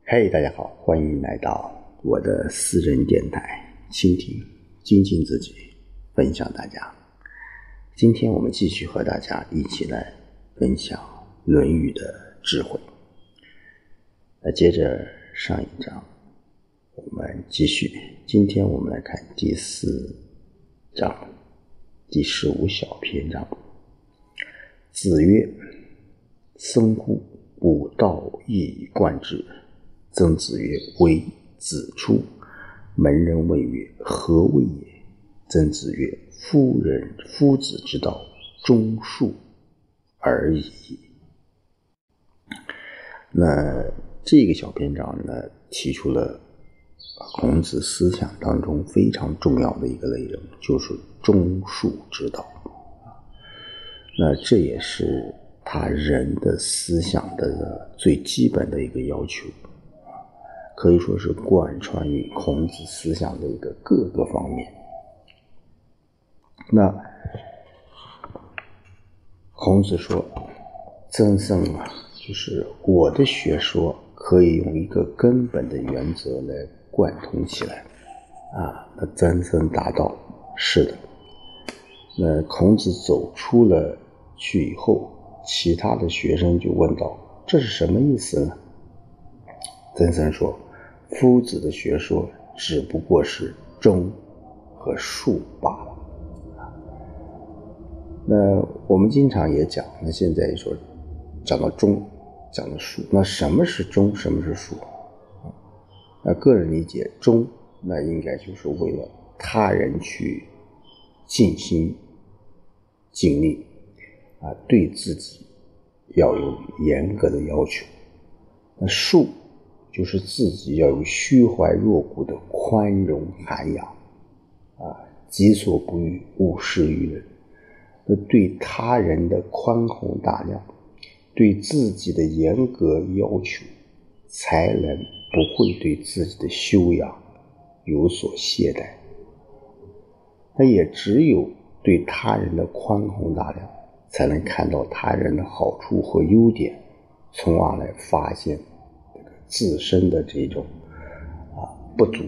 嘿，大家好，欢迎来到我的私人电台，倾听、精进自己，分享大家。今天我们继续和大家一起来分享《论语》的智慧。接着上一章，我们继续。今天我们来看第4章第15小篇章。子曰：僧乎，吾道一以贯之。曾子曰：为子出。门人问曰：何谓也？曾子曰：夫子之道，忠恕而已。那这个小篇章呢，提出了孔子思想当中非常重要的一个内容，就是忠恕之道。那这也是他人的思想的最基本的一个要求，可以说是贯穿于孔子思想的一个各个方面。那孔子说，曾僧啊，就是我的学说可以用一个根本的原则来贯通起来啊。那曾僧答道：是的。那孔子走出了去以后，其他的学生就问道：这是什么意思呢？曾僧说：夫子的学说只不过是忠和恕罢了。那我们经常也讲，那现在也说讲到忠，讲到恕，那什么是忠，什么是恕？那个人理解，忠那应该就是为了他人去尽心尽力啊，对自己要有严格的要求。那恕就是自己要有虚怀若谷的宽容涵养啊，己所不欲，勿施于人。那对他人的宽宏大量，对自己的严格要求，才能不会对自己的修养有所懈怠。那也只有对他人的宽宏大量，才能看到他人的好处和优点，从而来发现自身的这种不足。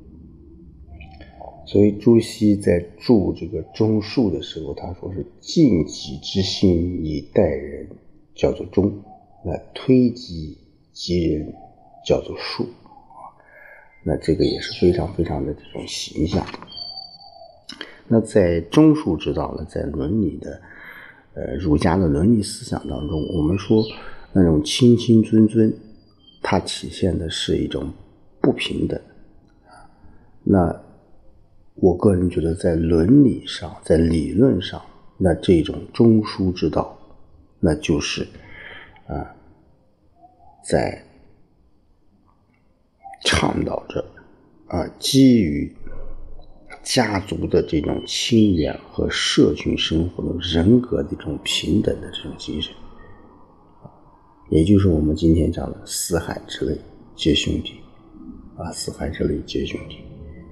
所以朱熹在注这个忠恕的时候，他说是尽己之心以待人，叫做忠；那推己及人，叫做恕。那这个也是非常非常的这种形象。那在忠恕之道呢，在伦理的儒家的伦理思想当中，我们说那种亲亲尊尊，它体现的是一种不平等。那我个人觉得在伦理上，在理论上，那这种忠恕之道，那就是在倡导着基于家族的这种亲缘和社群生活的人格的这种平等的这种精神，也就是我们今天讲的四海之内皆兄弟四海之内皆兄弟。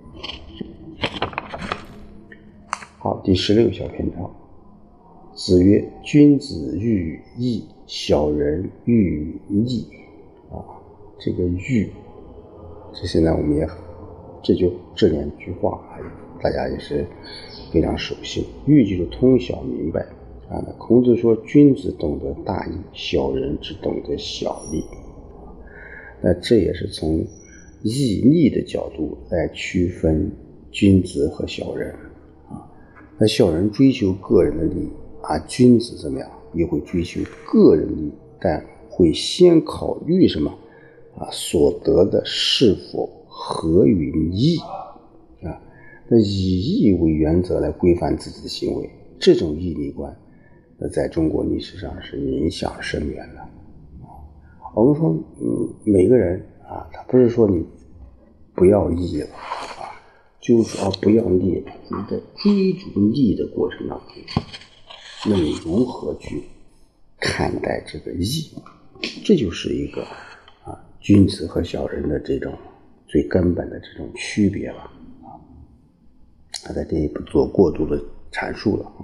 好，第16小篇章。子曰：君子喻义，小人喻义。这个喻，这现在我们也这两句话大家也是非常熟悉。喻就是通晓明白那孔子说，君子懂得大义，小人只懂得小利。那这也是从义利的角度来区分君子和小人那小人追求个人的利益君子怎么样？也会追求个人利益，但会先考虑什么所得的是否合于义那以义为原则来规范自己的行为，这种义利观在中国历史上是影响深远的我们说每个人他不是说你不要义了就是说不要利。你在追逐利的过程当中，那你如何去看待这个义？这就是一个君子和小人的这种最根本的这种区别了他在这里不做过度的阐述了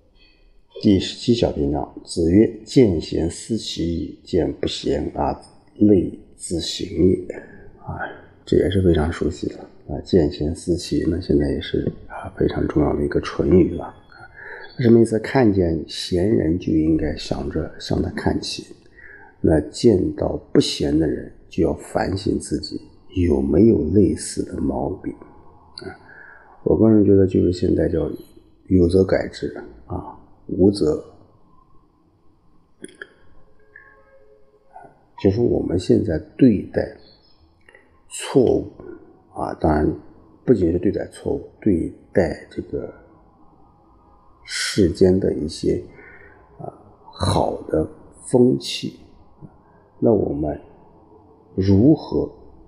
第17小篇章。子曰：见贤思齐矣，见不贤类自行也啊，这也是非常熟悉的啊。见贤思齐呢，现在也是非常重要的一个唇语了。什么意思？看见贤人就应该想着向他看齐，那见到不贤的人就要反省自己有没有类似的毛病啊。我个人觉得就是现在叫有则改之啊，无则就是我们现在对待错误啊，当然不仅是对待错误，对待这个世间的一些好的风气，那我们如何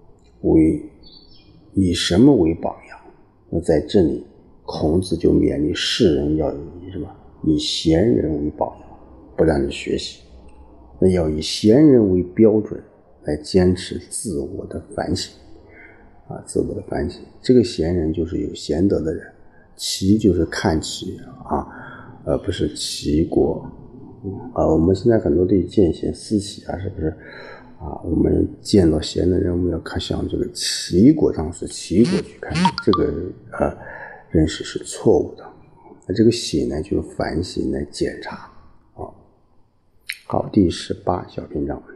以什么为榜样？那在这里孔子就勉励世人要以什么？以贤人为榜样，不断的学习，那要以贤人为标准来坚持自我的反省啊，自我的反省。这个贤人就是有贤德的人，齐就是看齐啊，不是齐国我们现在很多对见贤思齐啊，是不是啊？我们见到贤的人，我们要看向这个齐国，当时齐国去看这个认识是错误的。那这个省呢，就是反省来检查啊。好，第18小篇章，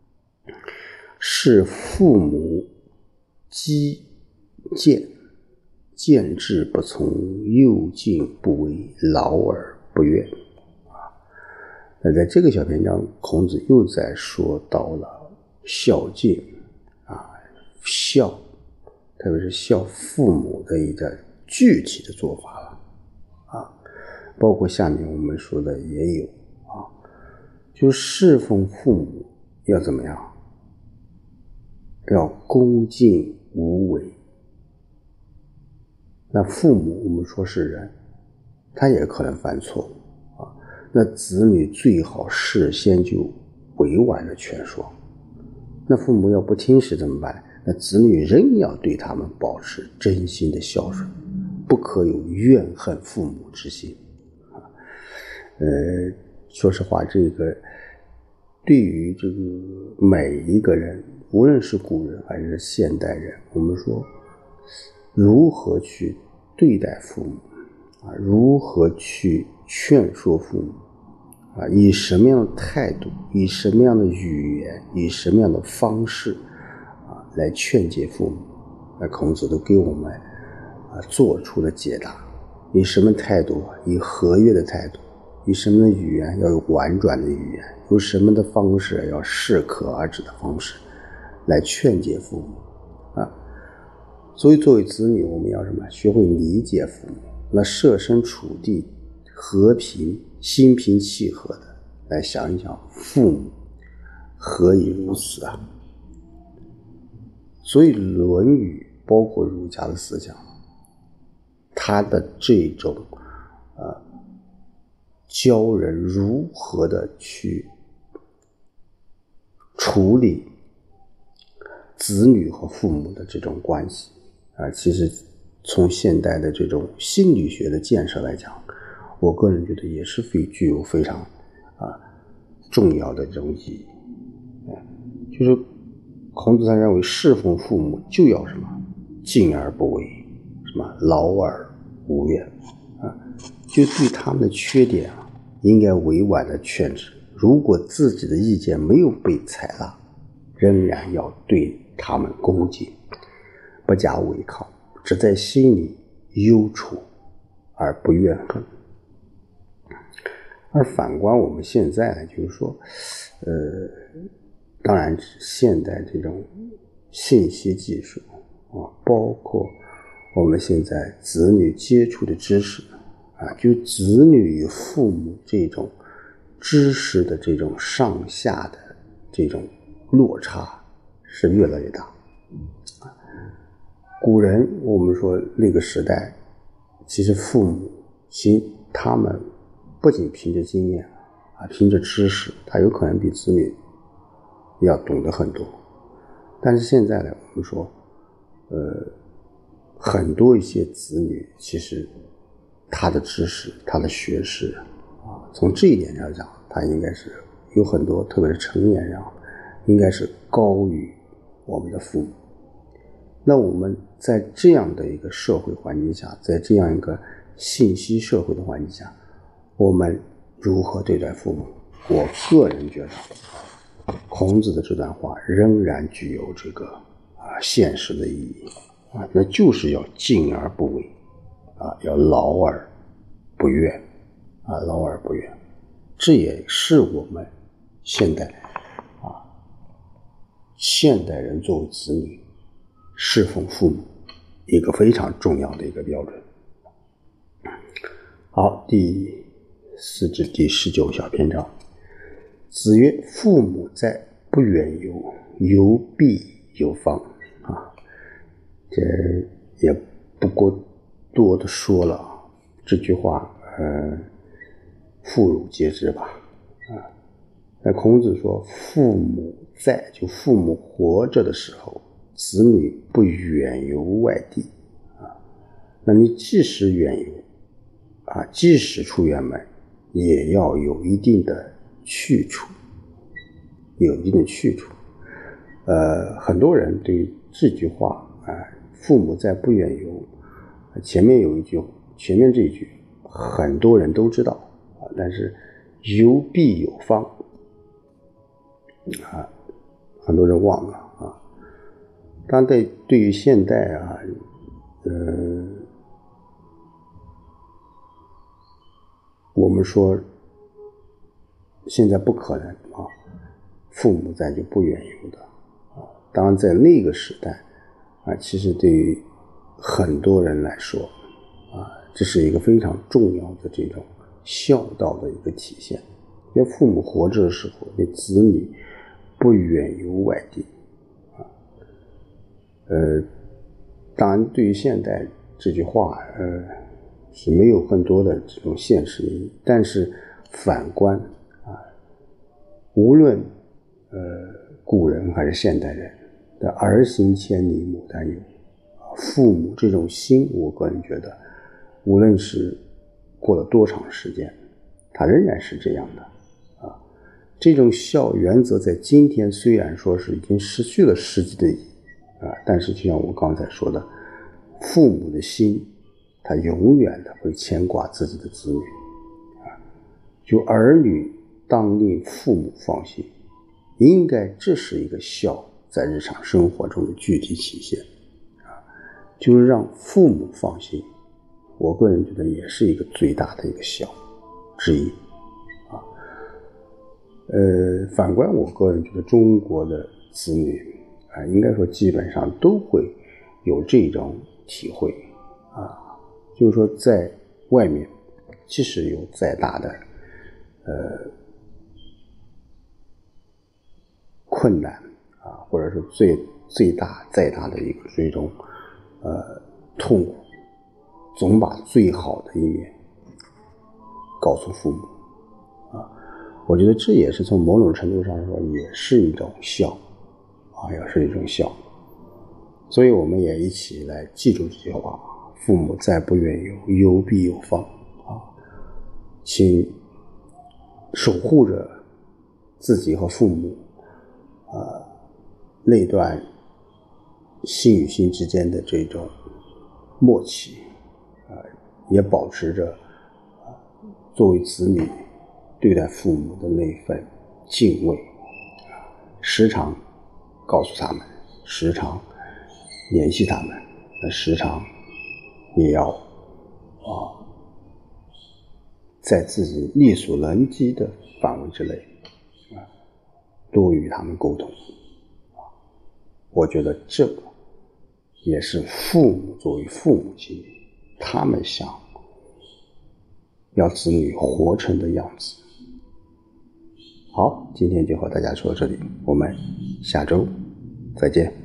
是父母积见志不从，幼进不为，老而不怨那在这个小篇章，孔子又在说到了孝敬孝，特别是孝父母的一个具体的做法了包括下面我们说的也有就是侍奉父母要怎么样？要恭敬无为。那父母我们说是人，他也可能犯错误那子女最好事先就委婉的劝说。那父母要不听使怎么办？那子女仍要对他们保持真心的孝顺，不可有怨恨父母之心说实话，这个对于这个每一个人，无论是古人还是现代人，我们说如何去对待父母如何去劝说父母以什么样的态度，以什么样的语言，以什么样的方式来劝诫父母，那孔子都给我们做出了解答。以什么态度？以和悦的态度。以什么的语言？要有婉转的语言。有什么的方式？要适可而止的方式来劝诫父母所以作为子女，我们要什么？学会理解父母，那设身处地和平心平气和的来想一想父母何以如此所以《论语》包括儒家的思想，它的这种教人如何的去处理子女和父母的这种关系其实从现代的这种心理学的建设来讲，我个人觉得也是具有非常重要的这种意义就是孔子他认为侍奉父母就要什么？敬而不为，什么劳而无怨就对他们的缺点应该委婉的劝止。如果自己的意见没有被采纳，仍然要对他们恭敬，不加违抗，只在心里忧愁而不怨恨。而反观我们现在呢，就是说当然现代这种信息技术包括我们现在子女接触的知识就子女与父母这种知识的这种上下的这种落差是越来越大古人我们说那个时代，其实父母他们不仅凭着经验凭着知识，他有可能比子女要懂得很多。但是现在呢，我们说很多一些子女其实他的知识，他的学识从这一点上讲，他应该是有很多，特别是成年人应该是高于我们的父母。那我们在这样的一个社会环境下，在这样一个信息社会的环境下，我们如何对待父母？我个人觉得孔子的这段话仍然具有这个现实的意义那就是要敬而不为要劳而不怨劳而不怨。这也是我们现代人作为子女侍奉父母一个非常重要的一个标准。好，第4至第19小篇章。子曰：父母在，不远游，游必有方这也不过多的说了这句话妇孺皆知吧那孔子说父母在，就父母活着的时候，子女不远游外地那你即使远游即使出远门，也要有一定的去处，很多人对这句话父母在不远游，前面这一句很多人都知道但是游必有方很多人忘了当然对于现代我们说现在不可能父母在就不远游的当然在那个时代其实对于很多人来说这是一个非常重要的这种孝道的一个体现。因为父母活着的时候，那子女不远游外地当然对于现代这句话是没有很多的这种现实意义，但是反观无论古人还是现代人的儿行千里母担忧父母这种心，我个人觉得无论是过了多长时间，它仍然是这样的这种孝原则在今天虽然说是已经失去了实际的意义但是就像我刚才说的，父母的心他永远的会牵挂自己的子女就儿女当令父母放心，应该这是一个孝在日常生活中的具体体现就是让父母放心，我个人觉得也是一个最大的一个孝之一反观我个人觉得中国的子女应该说基本上都会有这种体会就是说在外面即使有再大的困难或者是再大的一个这种痛苦，总把最好的一面告诉父母我觉得这也是从某种程度上说也是一种孝也是一种孝。所以我们也一起来记住这句话，父母在不远游，游必有方请守护着自己和父母那段心与心之间的这种默契也保持着作为子女对待父母的那份敬畏时常告诉他们，时常联系他们，时常也要在自己力所能及的范围之内多与他们沟通我觉得这个也是父母作为父母亲他们想要子女活成的样子。好，今天就和大家说到这里，我们下周再见。